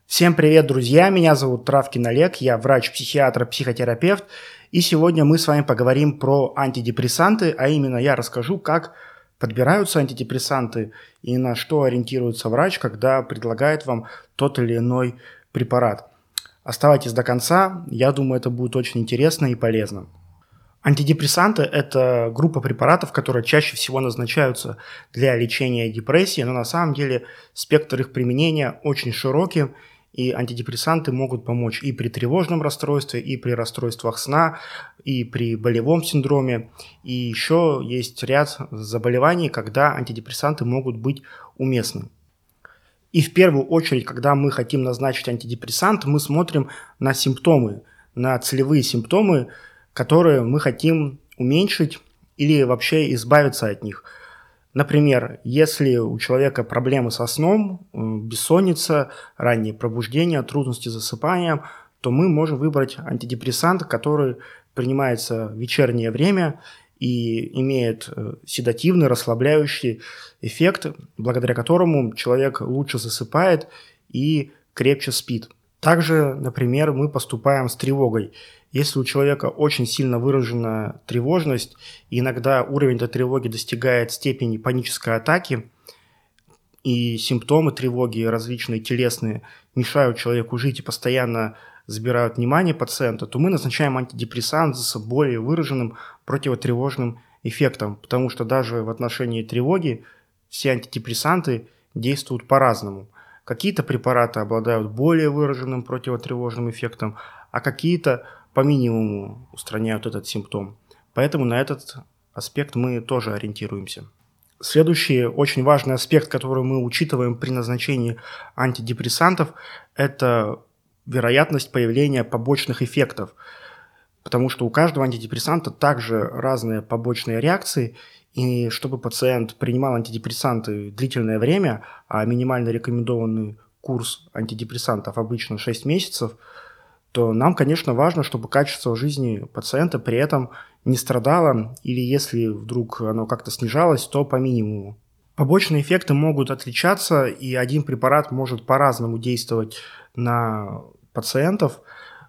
Всем привет, друзья! Меня зовут Травкин Олег, я врач-психиатр, психотерапевт, и сегодня мы с вами поговорим про антидепрессанты, а именно я расскажу, как подбираются антидепрессанты и на что ориентируется врач, когда предлагает вам тот или иной препарат. Оставайтесь до конца, я думаю, это будет очень интересно и полезно. Антидепрессанты – это группа препаратов, которые чаще всего назначаются для лечения депрессии, но на самом деле спектр их применения очень широкий, и антидепрессанты могут помочь и при тревожном расстройстве, и при расстройствах сна, и при болевом синдроме. И еще есть ряд заболеваний, когда антидепрессанты могут быть уместны. И в первую очередь, когда мы хотим назначить антидепрессант, мы смотрим на симптомы, на целевые симптомы, которые мы хотим уменьшить или вообще избавиться от них. Например, если у человека проблемы со сном, бессонница, раннее пробуждение, трудности с засыпанием, то мы можем выбрать антидепрессант, который принимается в вечернее время и имеет седативный, расслабляющий эффект, благодаря которому человек лучше засыпает и крепче спит. Также, например, мы поступаем с тревогой. Если у человека очень сильно выражена тревожность, и иногда уровень этой тревоги достигает степени панической атаки, и симптомы тревоги различные телесные мешают человеку жить и постоянно забирают внимание пациента, то мы назначаем антидепрессант с более выраженным противотревожным эффектом, потому что даже в отношении тревоги все антидепрессанты действуют по-разному. Какие-то препараты обладают более выраженным противотревожным эффектом, а какие-то по минимуму устраняют этот симптом. Поэтому на этот аспект мы тоже ориентируемся. Следующий очень важный аспект, который мы учитываем при назначении антидепрессантов, это вероятность появления побочных эффектов. Потому что у каждого антидепрессанта также разные побочные реакции, и чтобы пациент принимал антидепрессанты длительное время, а минимально рекомендованный курс антидепрессантов обычно 6 месяцев, то нам, конечно, важно, чтобы качество жизни пациента при этом не страдало, или если вдруг оно как-то снижалось, то по минимуму. Побочные эффекты могут отличаться, и один препарат может по-разному действовать на пациентов.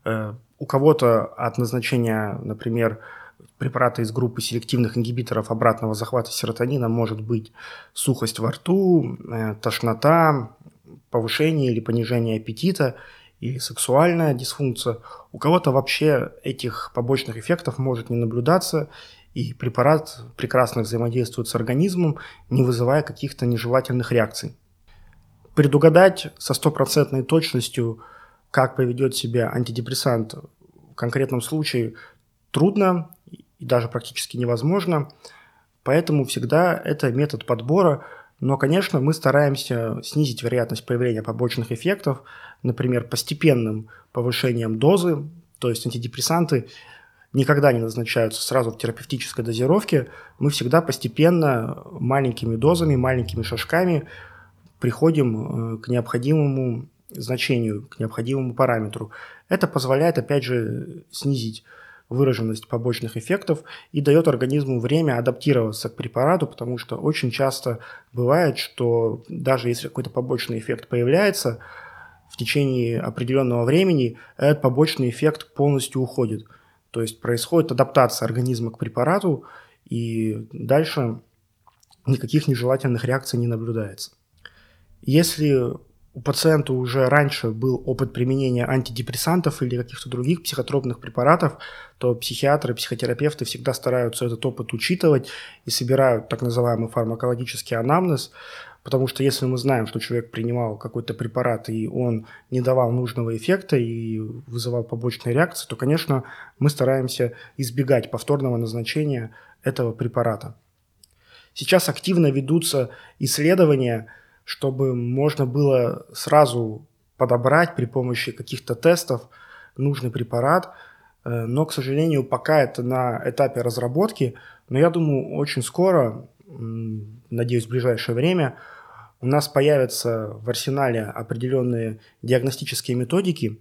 У кого-то от назначения, например, препарата из группы селективных ингибиторов обратного захвата серотонина может быть сухость во рту, тошнота, повышение или понижение аппетита, или сексуальная дисфункция. У кого-то вообще этих побочных эффектов может не наблюдаться, и препарат прекрасно взаимодействует с организмом, не вызывая каких-то нежелательных реакций. Предугадать со стопроцентной точностью, как поведет себя антидепрессант в конкретном случае, трудно и даже практически невозможно, поэтому всегда это метод подбора. Но, конечно, мы стараемся снизить вероятность появления побочных эффектов, например, постепенным повышением дозы, то есть антидепрессанты никогда не назначаются сразу в терапевтической дозировке, мы всегда постепенно, маленькими дозами, маленькими шажками приходим к необходимому значению, к необходимому параметру. Это позволяет, опять же, снизить выраженность побочных эффектов и дает организму время адаптироваться к препарату, потому что очень часто бывает, что даже если какой-то побочный эффект появляется, в течение определенного времени этот побочный эффект полностью уходит. То есть происходит адаптация организма к препарату, и дальше никаких нежелательных реакций не наблюдается. Если у пациента уже раньше был опыт применения антидепрессантов или каких-то других психотропных препаратов, то психиатры, психотерапевты всегда стараются этот опыт учитывать и собирают так называемый фармакологический анамнез, потому что если мы знаем, что человек принимал какой-то препарат и он не давал нужного эффекта и вызывал побочные реакции, то, конечно, мы стараемся избегать повторного назначения этого препарата. Сейчас активно ведутся исследования, чтобы можно было сразу подобрать при помощи каких-то тестов нужный препарат, но, к сожалению, пока это на этапе разработки, но я думаю, очень скоро, надеюсь, в ближайшее время, у нас появятся в арсенале определенные диагностические методики,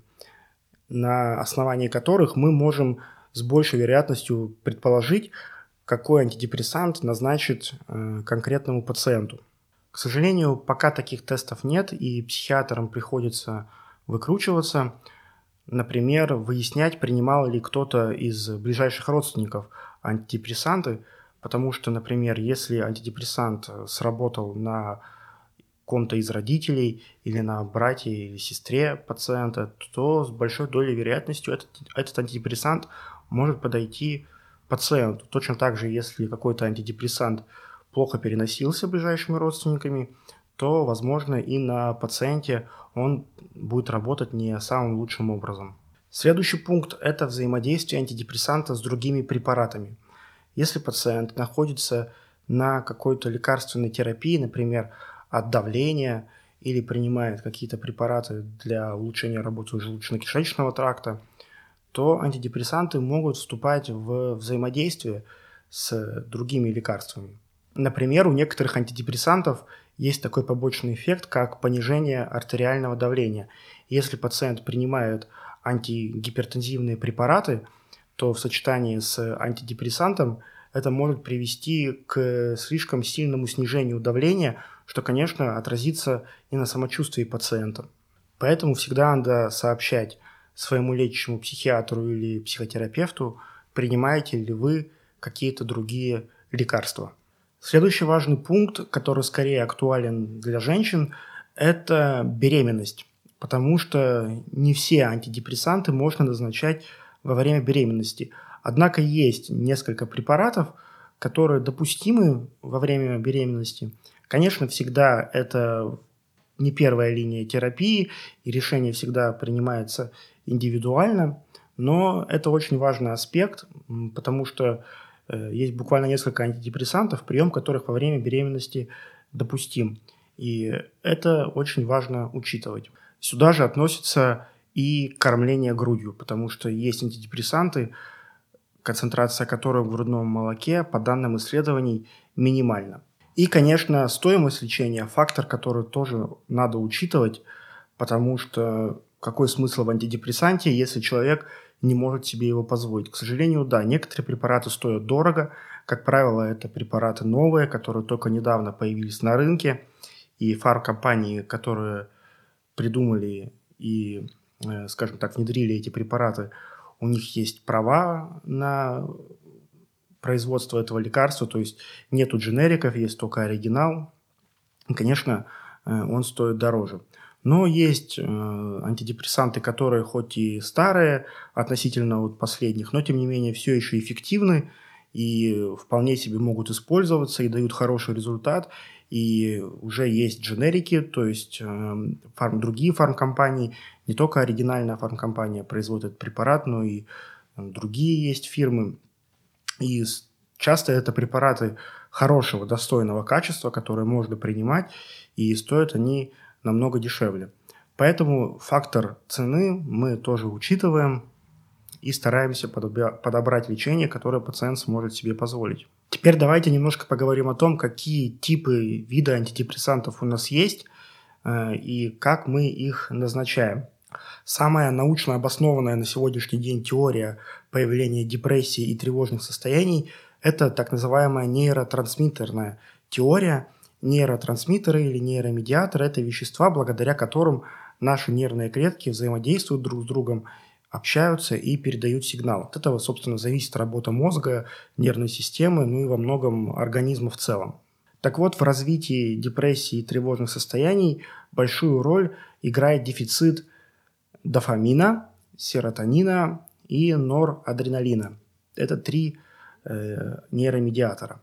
на основании которых мы можем с большей вероятностью предположить, какой антидепрессант назначить конкретному пациенту. К сожалению, пока таких тестов нет, и психиатрам приходится выкручиваться. Например, выяснять, принимал ли кто-то из ближайших родственников антидепрессанты, потому что, например, если антидепрессант сработал на ком-то из родителей или на брате или сестре пациента, то с большой долей вероятностью этот антидепрессант может подойти пациенту. Точно так же, если какой-то антидепрессант плохо переносился ближайшими родственниками, то, возможно, и на пациенте он будет работать не самым лучшим образом. Следующий пункт – это взаимодействие антидепрессанта с другими препаратами. Если пациент находится на какой-то лекарственной терапии, например, от давления, или принимает какие-то препараты для улучшения работы желудочно-кишечного тракта, то антидепрессанты могут вступать в взаимодействие с другими лекарствами. Например, у некоторых антидепрессантов есть такой побочный эффект, как понижение артериального давления. Если пациент принимает антигипертензивные препараты, то в сочетании с антидепрессантом это может привести к слишком сильному снижению давления, что, конечно, отразится и на самочувствии пациента. Поэтому всегда надо сообщать своему лечащему психиатру или психотерапевту, принимаете ли вы какие-то другие лекарства. Следующий важный пункт, который скорее актуален для женщин, это беременность, потому что не все антидепрессанты можно назначать во время беременности. Однако есть несколько препаратов, которые допустимы во время беременности. Конечно, всегда это не первая линия терапии, и решение всегда принимается индивидуально, но это очень важный аспект, потому что есть буквально несколько антидепрессантов, прием которых во время беременности допустим. И это очень важно учитывать. Сюда же относится и кормление грудью, потому что есть антидепрессанты, концентрация которых в грудном молоке, по данным исследований, минимальна. И, конечно, стоимость лечения – фактор, который тоже надо учитывать, потому что какой смысл в антидепрессанте, если человек не может себе его позволить? К сожалению, да, некоторые препараты стоят дорого. Как правило, это препараты новые, которые только недавно появились на рынке. И фармкомпании, которые придумали и, скажем так, внедрили эти препараты, у них есть права на производство этого лекарства, то есть нету дженериков, есть только оригинал. И, конечно, он стоит дороже. Но есть антидепрессанты, которые хоть и старые относительно вот последних, но тем не менее все еще эффективны и вполне себе могут использоваться и дают хороший результат. И уже есть дженерики, то есть другие фармкомпании, не только оригинальная фармкомпания производит этот препарат, но и другие есть фирмы. И часто это препараты хорошего, достойного качества, которые можно принимать, и стоят они намного дешевле. Поэтому фактор цены мы тоже учитываем и стараемся подобрать лечение, которое пациент сможет себе позволить. Теперь давайте немножко поговорим о том, какие типы вида антидепрессантов у нас есть и как мы их назначаем. Самая научно обоснованная на сегодняшний день теория появления депрессии и тревожных состояний – это так называемая нейротрансмиттерная теория. Нейротрансмиттеры или нейромедиаторы – это вещества, благодаря которым наши нервные клетки взаимодействуют друг с другом, общаются и передают сигнал. От этого, собственно, зависит работа мозга, нервной системы, ну и во многом организма в целом. Так вот, в развитии депрессии и тревожных состояний большую роль играет дефицит дофамина, серотонина и норадреналина. Это 3 нейромедиатора.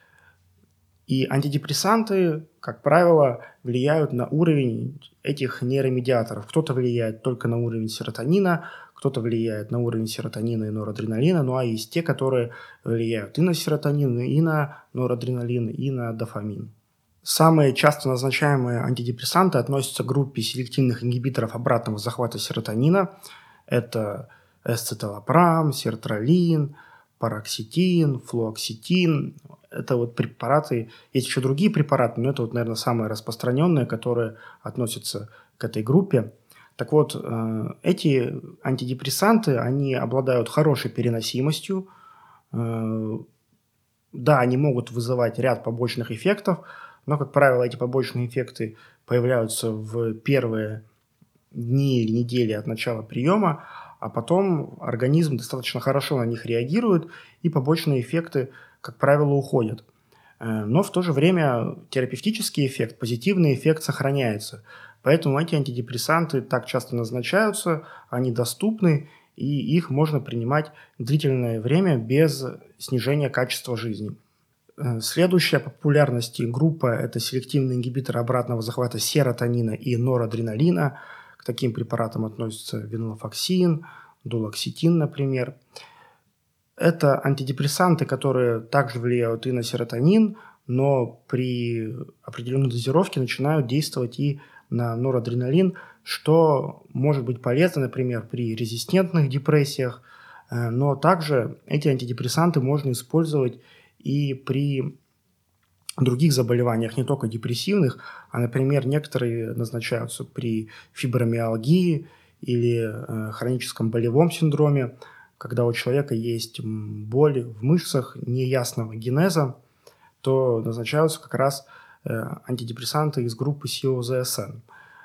И антидепрессанты, как правило, влияют на уровень этих нейромедиаторов. Кто-то влияет только на уровень серотонина, кто-то влияет на уровень серотонина и норадреналина, ну а есть те, которые влияют и на серотонин, и на норадреналин, и на дофамин. Самые часто назначаемые антидепрессанты относятся к группе селективных ингибиторов обратного захвата серотонина. Это эсциtalopram, сертралин, пароксетин, флуоксетин. Это вот препараты, есть еще другие препараты, но это вот, наверное, самые распространенные, которые относятся к этой группе. Так вот, эти антидепрессанты, они обладают хорошей переносимостью. Да, они могут вызывать ряд побочных эффектов, но, как правило, эти побочные эффекты появляются в первые дни или недели от начала приема, а потом организм достаточно хорошо на них реагирует, и побочные эффекты, как правило, уходят. Но в то же время терапевтический эффект, позитивный эффект сохраняется. Поэтому эти антидепрессанты так часто назначаются, они доступны, и их можно принимать длительное время без снижения качества жизни. Следующая по популярности группа – это селективные ингибиторы обратного захвата серотонина и норадреналина. К таким препаратам относятся венлафоксин, дулоксетин, например. Это антидепрессанты, которые также влияют и на серотонин, но при определенной дозировке начинают действовать и на норадреналин, что может быть полезно, например, при резистентных депрессиях, но также эти антидепрессанты можно использовать и при других заболеваниях, не только депрессивных, а, например, некоторые назначаются при фибромиалгии или хроническом болевом синдроме, когда у человека есть боль в мышцах неясного генеза, то назначаются как раз антидепрессанты из группы COZSN.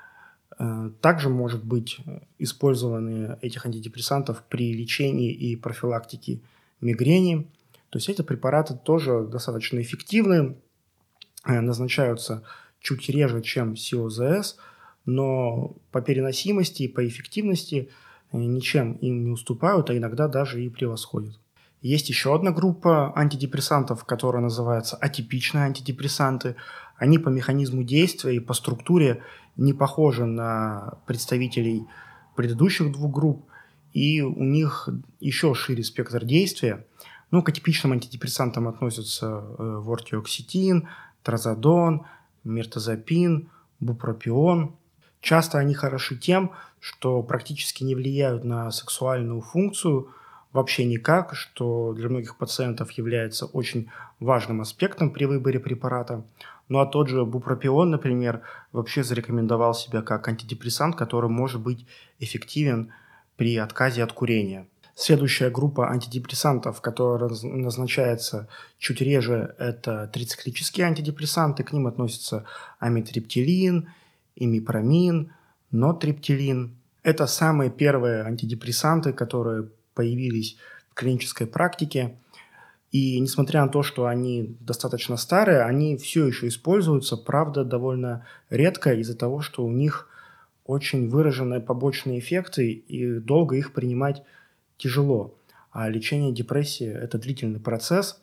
Также может быть использование этих антидепрессантов при лечении и профилактике мигрени. То есть эти препараты тоже достаточно эффективны, назначаются чуть реже, чем COZS, но по переносимости и по эффективности ничем им не уступают, а иногда даже и превосходят. Есть еще одна группа антидепрессантов, которая называется атипичные антидепрессанты. Они по механизму действия и по структуре не похожи на представителей предыдущих двух групп, и у них еще шире спектр действия. К атипичным антидепрессантам относятся вортиоксетин, тразодон, миртазапин, бупропион. Часто они хороши тем, что практически не влияют на сексуальную функцию вообще никак, что для многих пациентов является очень важным аспектом при выборе препарата. А тот же бупропион, например, вообще зарекомендовал себя как антидепрессант, который может быть эффективен при отказе от курения. Следующая группа антидепрессантов, которая назначается чуть реже, это трициклические антидепрессанты. К ним относятся амитриптилин, имипромин, нотриптилин. Это самые первые антидепрессанты, которые появились в клинической практике. И несмотря на то, что они достаточно старые, они все еще используются, правда, довольно редко из-за того, что у них очень выраженные побочные эффекты, и долго их принимать тяжело. А лечение депрессии – это длительный процесс,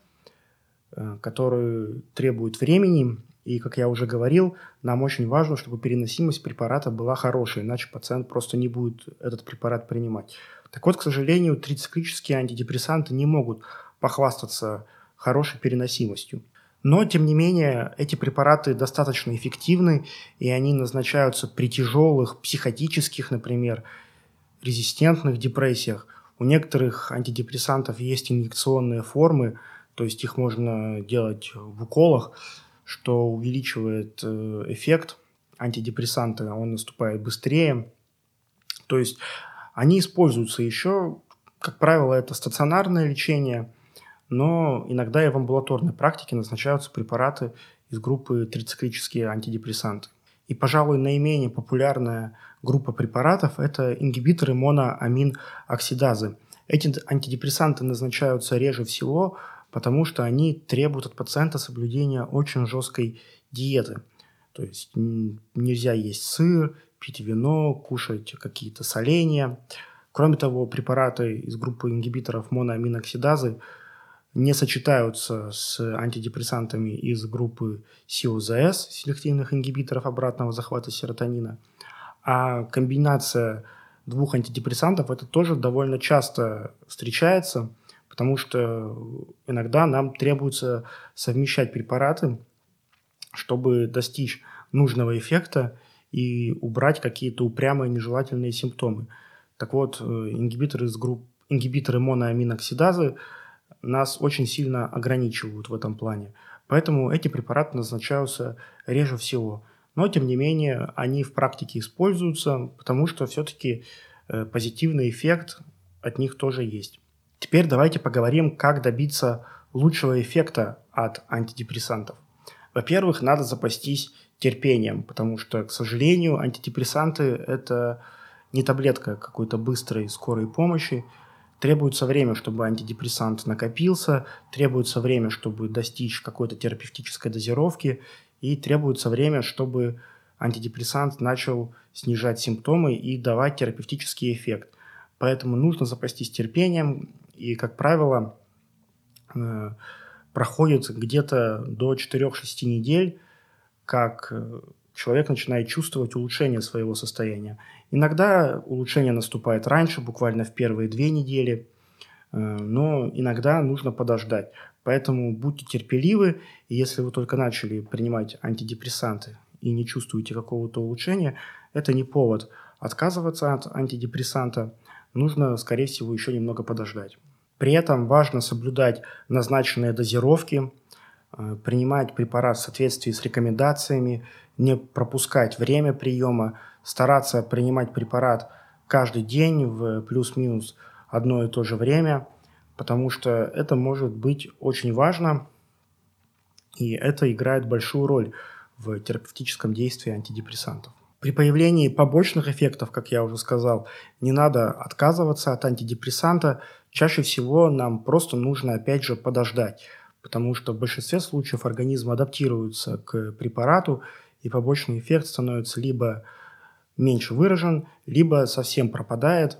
который требует времени. И, как я уже говорил, нам очень важно, чтобы переносимость препарата была хорошей, иначе пациент просто не будет этот препарат принимать. Так вот, к сожалению, трициклические антидепрессанты не могут похвастаться хорошей переносимостью. Но, тем не менее, эти препараты достаточно эффективны, и они назначаются при тяжелых психотических, например, резистентных депрессиях. У некоторых антидепрессантов есть инъекционные формы, то есть их можно делать в уколах, что увеличивает эффект антидепрессанта, он наступает быстрее. То есть они используются еще, как правило, это стационарное лечение, но иногда и в амбулаторной практике назначаются препараты из группы трициклические антидепрессанты. И, пожалуй, наименее популярная группа препаратов – это ингибиторы моноаминоксидазы. Эти антидепрессанты назначаются реже всего, потому что они требуют от пациента соблюдения очень жесткой диеты. То есть нельзя есть сыр, пить вино, кушать какие-то соленья. Кроме того, препараты из группы ингибиторов моноаминоксидазы не сочетаются с антидепрессантами из группы COZS, селективных ингибиторов обратного захвата серотонина. А комбинация двух антидепрессантов – это тоже довольно часто встречается, потому что иногда нам требуется совмещать препараты, чтобы достичь нужного эффекта и убрать какие-то упрямые нежелательные симптомы. Так вот, ингибиторы моноаминоксидазы нас очень сильно ограничивают в этом плане. Поэтому эти препараты назначаются реже всего. Но, тем не менее, они в практике используются, потому что все-таки позитивный эффект от них тоже есть. Теперь давайте поговорим, как добиться лучшего эффекта от антидепрессантов. Во-первых, надо запастись терпением, потому что, к сожалению, антидепрессанты – это не таблетка какой-то быстрой скорой помощи. Требуется время, чтобы антидепрессант накопился, требуется время, чтобы достичь какой-то терапевтической дозировки, и требуется время, чтобы антидепрессант начал снижать симптомы и давать терапевтический эффект. Поэтому нужно запастись терпением, и, как правило, проходит где-то до 4-6 недель, как человек начинает чувствовать улучшение своего состояния. Иногда улучшение наступает раньше, буквально в первые 2 недели, но иногда нужно подождать. Поэтому будьте терпеливы, и если вы только начали принимать антидепрессанты и не чувствуете какого-то улучшения, это не повод отказываться от антидепрессанта, нужно, скорее всего, еще немного подождать. При этом важно соблюдать назначенные дозировки, принимать препарат в соответствии с рекомендациями, не пропускать время приема, стараться принимать препарат каждый день в плюс-минус одно и то же время, потому что это может быть очень важно, и это играет большую роль в терапевтическом действии антидепрессантов. При появлении побочных эффектов, как я уже сказал, не надо отказываться от антидепрессанта. Чаще всего нам просто нужно, опять же, подождать, потому что в большинстве случаев организм адаптируется к препарату, и побочный эффект становится либо меньше выражен, либо совсем пропадает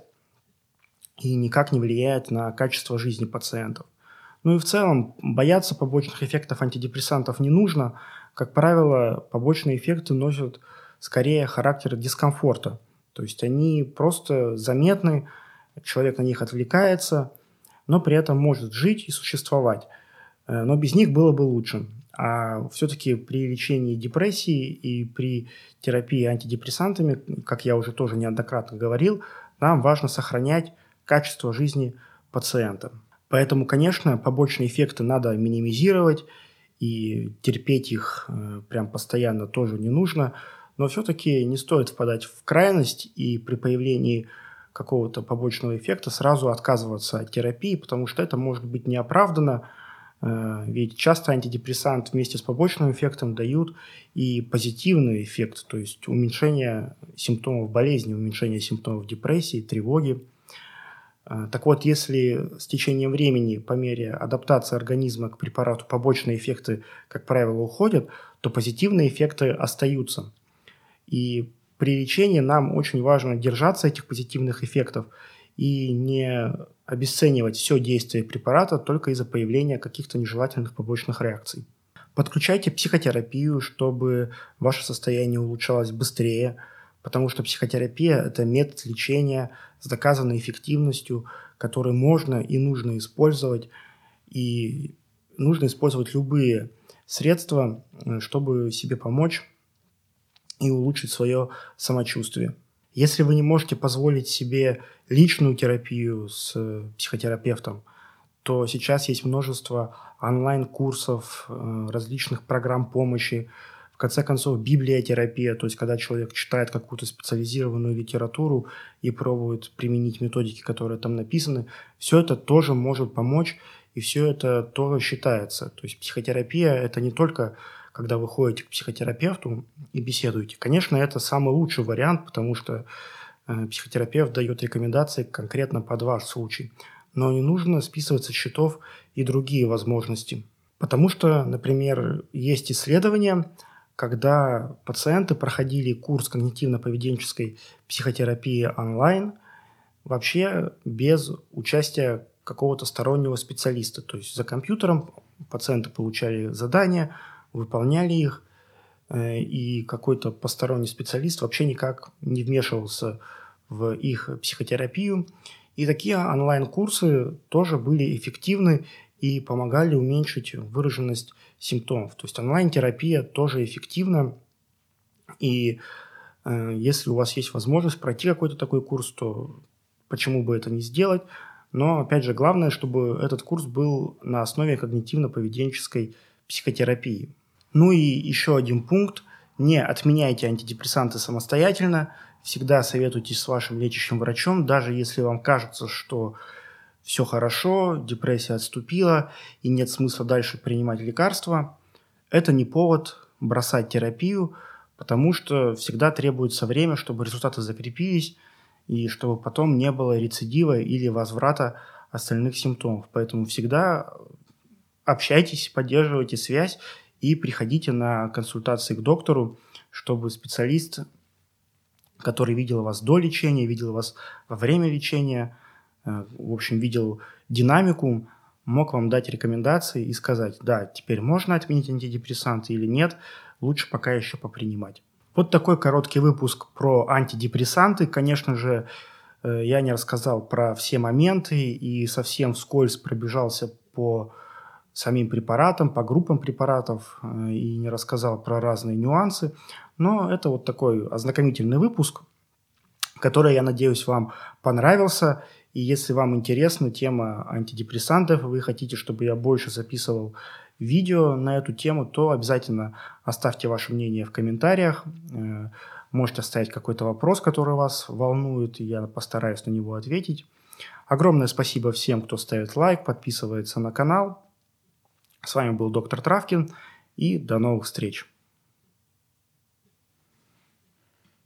и никак не влияет на качество жизни пациентов. Ну и в целом бояться побочных эффектов антидепрессантов не нужно. Как правило, побочные эффекты носят скорее характер дискомфорта. То есть они просто заметны, человек на них отвлекается, но при этом может жить и существовать. Но без них было бы лучше. А все-таки при лечении депрессии и при терапии антидепрессантами, как я уже тоже неоднократно говорил, нам важно сохранять качество жизни пациента. Поэтому, конечно, побочные эффекты надо минимизировать, и терпеть их прям постоянно тоже не нужно, но все-таки не стоит впадать в крайность и при появлении какого-то побочного эффекта сразу отказываться от терапии, потому что это может быть неоправданно, ведь часто антидепрессант вместе с побочным эффектом дают и позитивный эффект, то есть уменьшение симптомов болезни, уменьшение симптомов депрессии, тревоги. Так вот, если с течением времени, по мере адаптации организма к препарату, побочные эффекты, как правило, уходят, то позитивные эффекты остаются. И при лечении нам очень важно держаться этих позитивных эффектов и не обесценивать все действие препарата только из-за появления каких-то нежелательных побочных реакций. Подключайте психотерапию, чтобы ваше состояние улучшалось быстрее, потому что психотерапия – это метод лечения с доказанной эффективностью, который можно и нужно использовать, и нужно использовать любые средства, чтобы себе помочь и улучшить свое самочувствие. Если вы не можете позволить себе личную терапию с психотерапевтом, то сейчас есть множество онлайн-курсов, различных программ помощи, в конце концов, библиотерапия, то есть когда человек читает какую-то специализированную литературу и пробует применить методики, которые там написаны, все это тоже может помочь, и все это тоже считается. То есть психотерапия – это не только когда вы ходите к психотерапевту и беседуете. Конечно, это самый лучший вариант, потому что психотерапевт дает рекомендации конкретно под ваш случай. Но не нужно списывать со счетов и другие возможности. Потому что, например, есть исследования, когда пациенты проходили курс когнитивно-поведенческой психотерапии онлайн, вообще без участия какого-то стороннего специалиста. То есть за компьютером пациенты получали задания, выполняли их, и какой-то посторонний специалист вообще никак не вмешивался в их психотерапию. И такие онлайн-курсы тоже были эффективны и помогали уменьшить выраженность симптомов. То есть онлайн-терапия тоже эффективна, и если у вас есть возможность пройти какой-то такой курс, то почему бы это не сделать? Но, опять же, главное, чтобы этот курс был на основе когнитивно-поведенческой психотерапии. Ну и еще один пункт. Не отменяйте антидепрессанты самостоятельно. Всегда советуйтесь с вашим лечащим врачом, даже если вам кажется, что все хорошо, депрессия отступила и нет смысла дальше принимать лекарства. Это не повод бросать терапию, потому что всегда требуется время, чтобы результаты закрепились, и чтобы потом не было рецидива или возврата остальных симптомов. Поэтому всегда общайтесь, поддерживайте связь и приходите на консультации к доктору, чтобы специалист, который видел вас до лечения, видел вас во время лечения, в общем, видел динамику, мог вам дать рекомендации и сказать, да, теперь можно отменить антидепрессанты или нет, лучше пока еще попринимать. Вот такой короткий выпуск про антидепрессанты. Конечно же, я не рассказал про все моменты и совсем вскользь пробежался по самим препаратам, по группам препаратов и не рассказал про разные нюансы. Но это вот такой ознакомительный выпуск, который, я надеюсь, вам понравился. И если вам интересна тема антидепрессантов, вы хотите, чтобы я больше записывал видео на эту тему, то обязательно оставьте ваше мнение в комментариях. Можете оставить какой-то вопрос, который вас волнует, и я постараюсь на него ответить. Огромное спасибо всем, кто ставит лайк, подписывается на канал. С вами был доктор Травкин, и до новых встреч.